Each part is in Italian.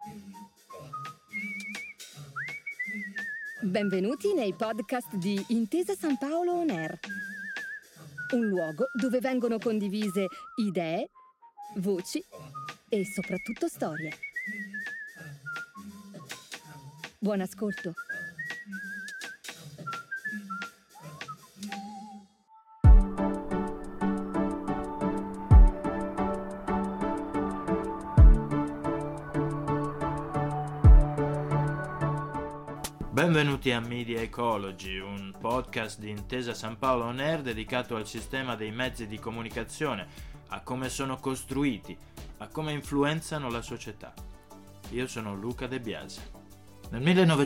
Benvenuti nei podcast di Intesa San Paolo On Air, un luogo dove vengono condivise idee, voci e soprattutto storie. Buon ascolto. Benvenuti a Media Ecology, un podcast di Intesa San Paolo On Air dedicato al sistema dei mezzi di comunicazione, a come sono costruiti, a come influenzano la società. Io sono Luca De Biasi. Nel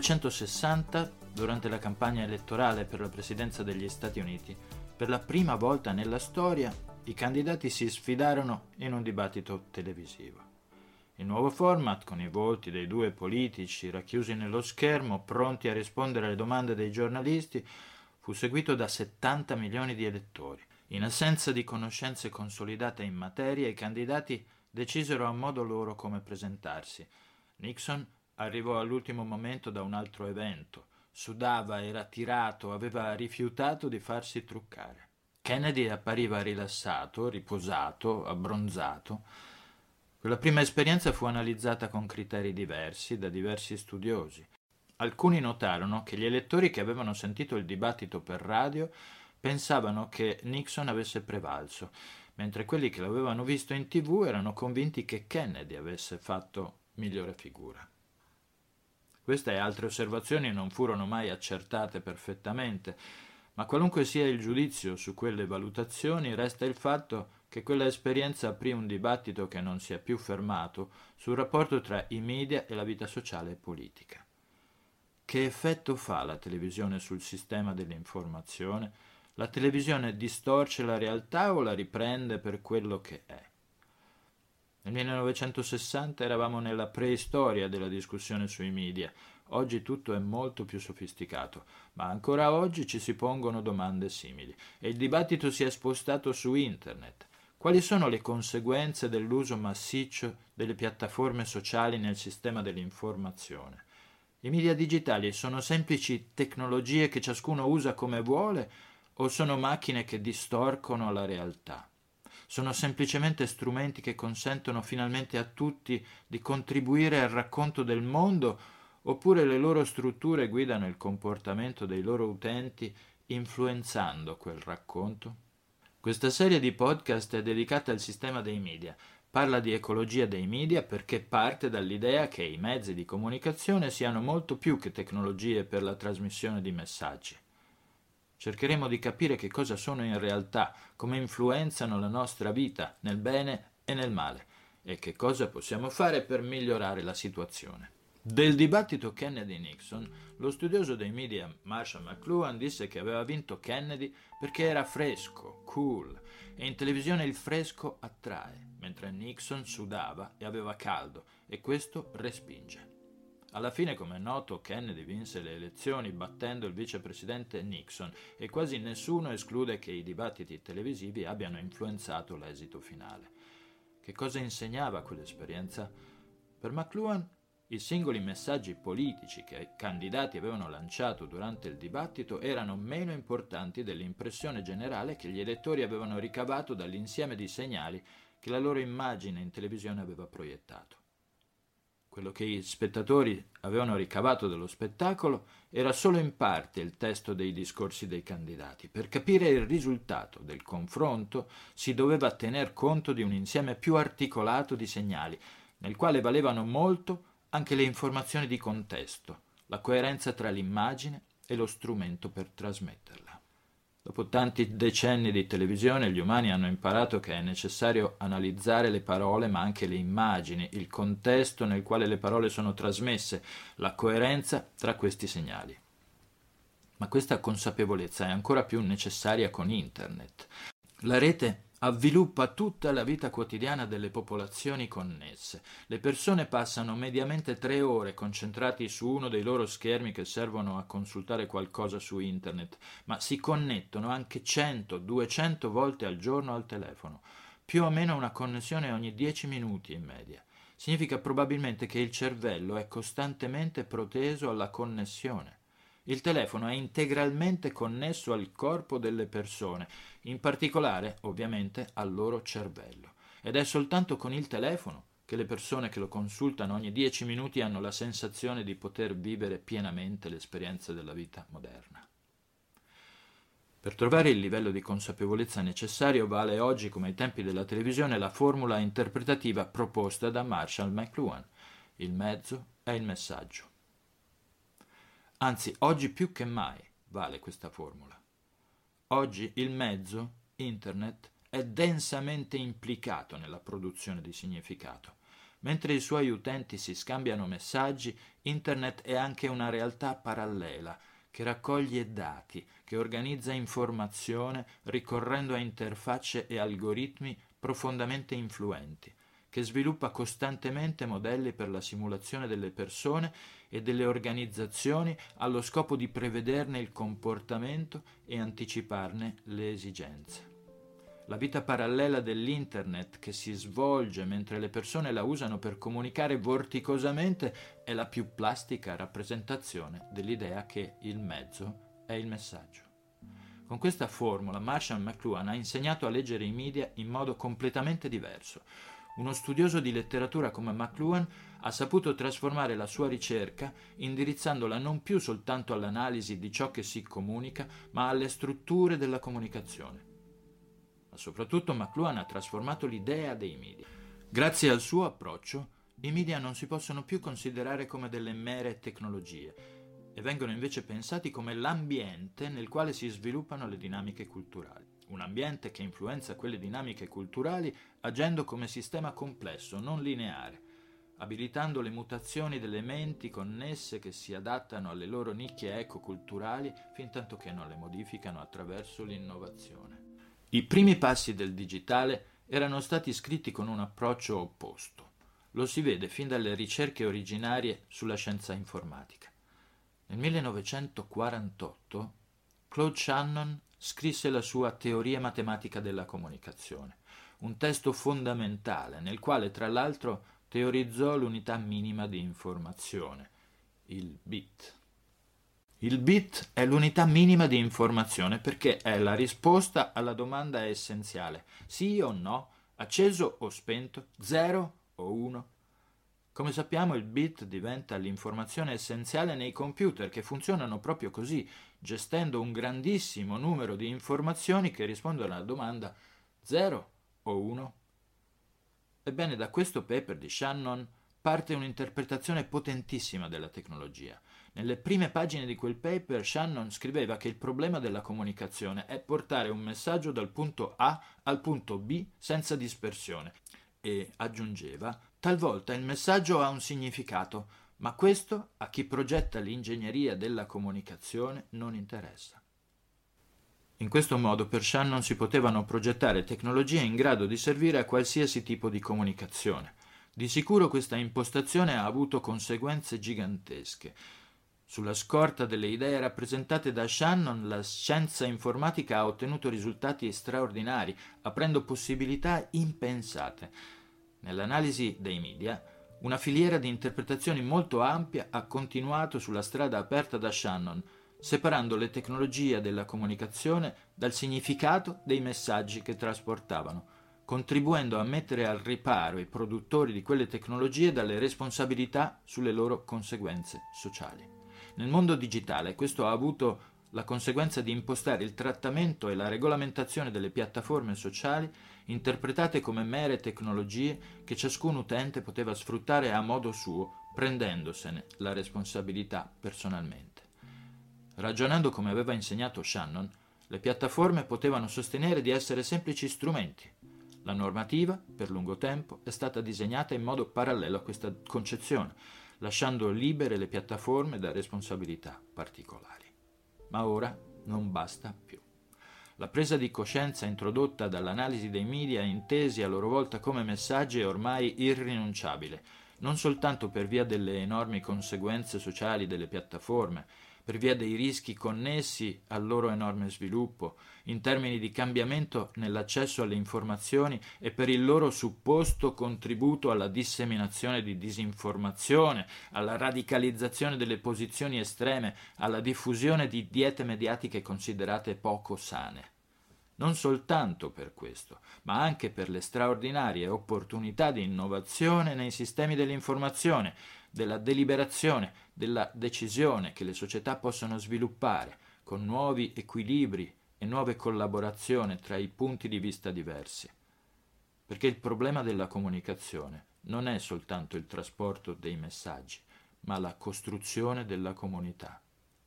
1960, durante la campagna elettorale per la presidenza degli Stati Uniti, per la prima volta nella storia, i candidati si sfidarono in un dibattito televisivo. Il nuovo format, con i volti dei due politici racchiusi nello schermo, pronti a rispondere alle domande dei giornalisti, fu seguito da 70 milioni di elettori. In assenza di conoscenze consolidate in materia, i candidati decisero a modo loro come presentarsi. Nixon arrivò all'ultimo momento da un altro evento. Sudava, era tirato, aveva rifiutato di farsi truccare. Kennedy appariva rilassato, riposato, abbronzato. Quella prima esperienza fu analizzata con criteri diversi da diversi studiosi. Alcuni notarono che gli elettori che avevano sentito il dibattito per radio pensavano che Nixon avesse prevalso, mentre quelli che l'avevano visto in TV erano convinti che Kennedy avesse fatto migliore figura. Queste e altre osservazioni non furono mai accertate perfettamente, ma qualunque sia il giudizio su quelle valutazioni, resta il fatto che quella esperienza aprì un dibattito che non si è più fermato sul rapporto tra i media e la vita sociale e politica. Che effetto fa la televisione sul sistema dell'informazione? La televisione distorce la realtà o la riprende per quello che è? Nel 1960 eravamo nella preistoria della discussione sui media. Oggi tutto è molto più sofisticato, ma ancora oggi ci si pongono domande simili e il dibattito si è spostato su internet. Quali sono le conseguenze dell'uso massiccio delle piattaforme sociali nel sistema dell'informazione? I media digitali sono semplici tecnologie che ciascuno usa come vuole o sono macchine che distorcono la realtà? Sono semplicemente strumenti che consentono finalmente a tutti di contribuire al racconto del mondo, oppure le loro strutture guidano il comportamento dei loro utenti influenzando quel racconto? Questa serie di podcast è dedicata al sistema dei media. Parla di ecologia dei media perché parte dall'idea che i mezzi di comunicazione siano molto più che tecnologie per la trasmissione di messaggi. Cercheremo di capire che cosa sono in realtà, come influenzano la nostra vita, nel bene e nel male, e che cosa possiamo fare per migliorare la situazione. Del dibattito Kennedy-Nixon, lo studioso dei media Marshall McLuhan disse che aveva vinto Kennedy perché era fresco, cool, e in televisione il fresco attrae, mentre Nixon sudava e aveva caldo, e questo respinge. Alla fine, come è noto, Kennedy vinse le elezioni battendo il vicepresidente Nixon e quasi nessuno esclude che i dibattiti televisivi abbiano influenzato l'esito finale. Che cosa insegnava quell'esperienza? Per McLuhan, i singoli messaggi politici che i candidati avevano lanciato durante il dibattito erano meno importanti dell'impressione generale che gli elettori avevano ricavato dall'insieme di segnali che la loro immagine in televisione aveva proiettato. Quello che gli spettatori avevano ricavato dallo spettacolo era solo in parte il testo dei discorsi dei candidati. Per capire il risultato del confronto si doveva tener conto di un insieme più articolato di segnali, nel quale valevano molto anche le informazioni di contesto, la coerenza tra l'immagine e lo strumento per trasmetterla. Dopo tanti decenni di televisione, gli umani hanno imparato che è necessario analizzare le parole, ma anche le immagini, il contesto nel quale le parole sono trasmesse, la coerenza tra questi segnali. Ma questa consapevolezza è ancora più necessaria con Internet. La rete avviluppa tutta la vita quotidiana delle popolazioni connesse. Le persone passano mediamente 3 ore concentrati su uno dei loro schermi che servono a consultare qualcosa su internet, ma si connettono anche 100-200 volte al giorno al telefono, più o meno una connessione ogni 10 minuti in media. Significa probabilmente che il cervello è costantemente proteso alla connessione. Il telefono è integralmente connesso al corpo delle persone, in particolare, ovviamente, al loro cervello. Ed è soltanto con il telefono che le persone che lo consultano ogni 10 minuti hanno la sensazione di poter vivere pienamente l'esperienza della vita moderna. Per trovare il livello di consapevolezza necessario vale oggi, come ai tempi della televisione, la formula interpretativa proposta da Marshall McLuhan: il mezzo è il messaggio. Anzi, oggi più che mai vale questa formula. Oggi il mezzo, internet, è densamente implicato nella produzione di significato. Mentre i suoi utenti si scambiano messaggi, internet è anche una realtà parallela che raccoglie dati, che organizza informazione ricorrendo a interfacce e algoritmi profondamente influenti, che sviluppa costantemente modelli per la simulazione delle persone e delle organizzazioni allo scopo di prevederne il comportamento e anticiparne le esigenze. La vita parallela dell'internet che si svolge mentre le persone la usano per comunicare vorticosamente è la più plastica rappresentazione dell'idea che il mezzo è il messaggio. Con questa formula Marshall McLuhan ha insegnato a leggere i media in modo completamente diverso. Uno studioso di letteratura come McLuhan ha saputo trasformare la sua ricerca indirizzandola non più soltanto all'analisi di ciò che si comunica, ma alle strutture della comunicazione. Ma soprattutto McLuhan ha trasformato l'idea dei media. Grazie al suo approccio, i media non si possono più considerare come delle mere tecnologie e vengono invece pensati come l'ambiente nel quale si sviluppano le dinamiche culturali. Un ambiente che influenza quelle dinamiche culturali agendo come sistema complesso, non lineare, abilitando le mutazioni delle menti connesse che si adattano alle loro nicchie ecoculturali fintanto che non le modificano attraverso l'innovazione. I primi passi del digitale erano stati scritti con un approccio opposto. Lo si vede fin dalle ricerche originarie sulla scienza informatica. Nel 1948 Claude Shannon scrisse la sua Teoria matematica della comunicazione, un testo fondamentale nel quale tra l'altro teorizzò l'unità minima di informazione, il bit. Il bit è l'unità minima di informazione perché è la risposta alla domanda essenziale: sì o no, acceso o spento, 0 o 1. Come sappiamo, il bit diventa l'informazione essenziale nei computer che funzionano proprio così, gestendo un grandissimo numero di informazioni che rispondono alla domanda 0 o 1. Ebbene, da questo paper di Shannon parte un'interpretazione potentissima della tecnologia. Nelle prime pagine di quel paper Shannon scriveva che il problema della comunicazione è portare un messaggio dal punto A al punto B senza dispersione e aggiungeva: talvolta il messaggio ha un significato, ma questo a chi progetta l'ingegneria della comunicazione non interessa. In questo modo per Shannon si potevano progettare tecnologie in grado di servire a qualsiasi tipo di comunicazione. Di sicuro questa impostazione ha avuto conseguenze gigantesche. Sulla scorta delle idee rappresentate da Shannon, la scienza informatica ha ottenuto risultati straordinari, aprendo possibilità impensate. Nell'analisi dei media, una filiera di interpretazioni molto ampia ha continuato sulla strada aperta da Shannon, separando le tecnologie della comunicazione dal significato dei messaggi che trasportavano, contribuendo a mettere al riparo i produttori di quelle tecnologie dalle responsabilità sulle loro conseguenze sociali. Nel mondo digitale questo ha avuto la conseguenza di impostare il trattamento e la regolamentazione delle piattaforme sociali interpretate come mere tecnologie che ciascun utente poteva sfruttare a modo suo, prendendosene la responsabilità personalmente. Ragionando come aveva insegnato Shannon, le piattaforme potevano sostenere di essere semplici strumenti. La normativa, per lungo tempo, è stata disegnata in modo parallelo a questa concezione, lasciando libere le piattaforme da responsabilità particolari. Ma ora non basta più. La presa di coscienza introdotta dall'analisi dei media, intesi a loro volta come messaggi, è ormai irrinunciabile, non soltanto per via delle enormi conseguenze sociali delle piattaforme, per via dei rischi connessi al loro enorme sviluppo, in termini di cambiamento nell'accesso alle informazioni e per il loro supposto contributo alla disseminazione di disinformazione, alla radicalizzazione delle posizioni estreme, alla diffusione di diete mediatiche considerate poco sane. Non soltanto per questo, ma anche per le straordinarie opportunità di innovazione nei sistemi dell'informazione, della deliberazione, della decisione che le società possono sviluppare, con nuovi equilibri e nuove collaborazioni tra i punti di vista diversi. Perché il problema della comunicazione non è soltanto il trasporto dei messaggi, ma la costruzione della comunità.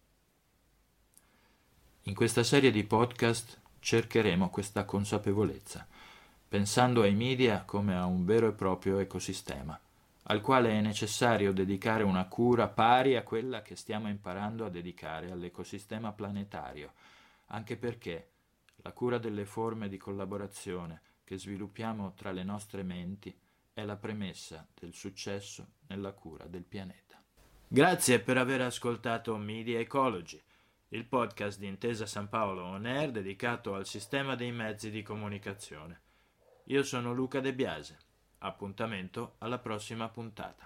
In questa serie di podcast cercheremo questa consapevolezza, pensando ai media come a un vero e proprio ecosistema, al quale è necessario dedicare una cura pari a quella che stiamo imparando a dedicare all'ecosistema planetario, anche perché la cura delle forme di collaborazione che sviluppiamo tra le nostre menti è la premessa del successo nella cura del pianeta. Grazie per aver ascoltato Media Ecology, il podcast di Intesa San Paolo On Air dedicato al sistema dei mezzi di comunicazione. Io sono Luca De Biase. Appuntamento alla prossima puntata.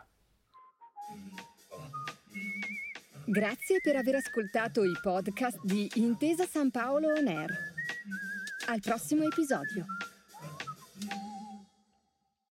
Grazie per aver ascoltato i podcast di Intesa San Paolo On Air. Al prossimo episodio.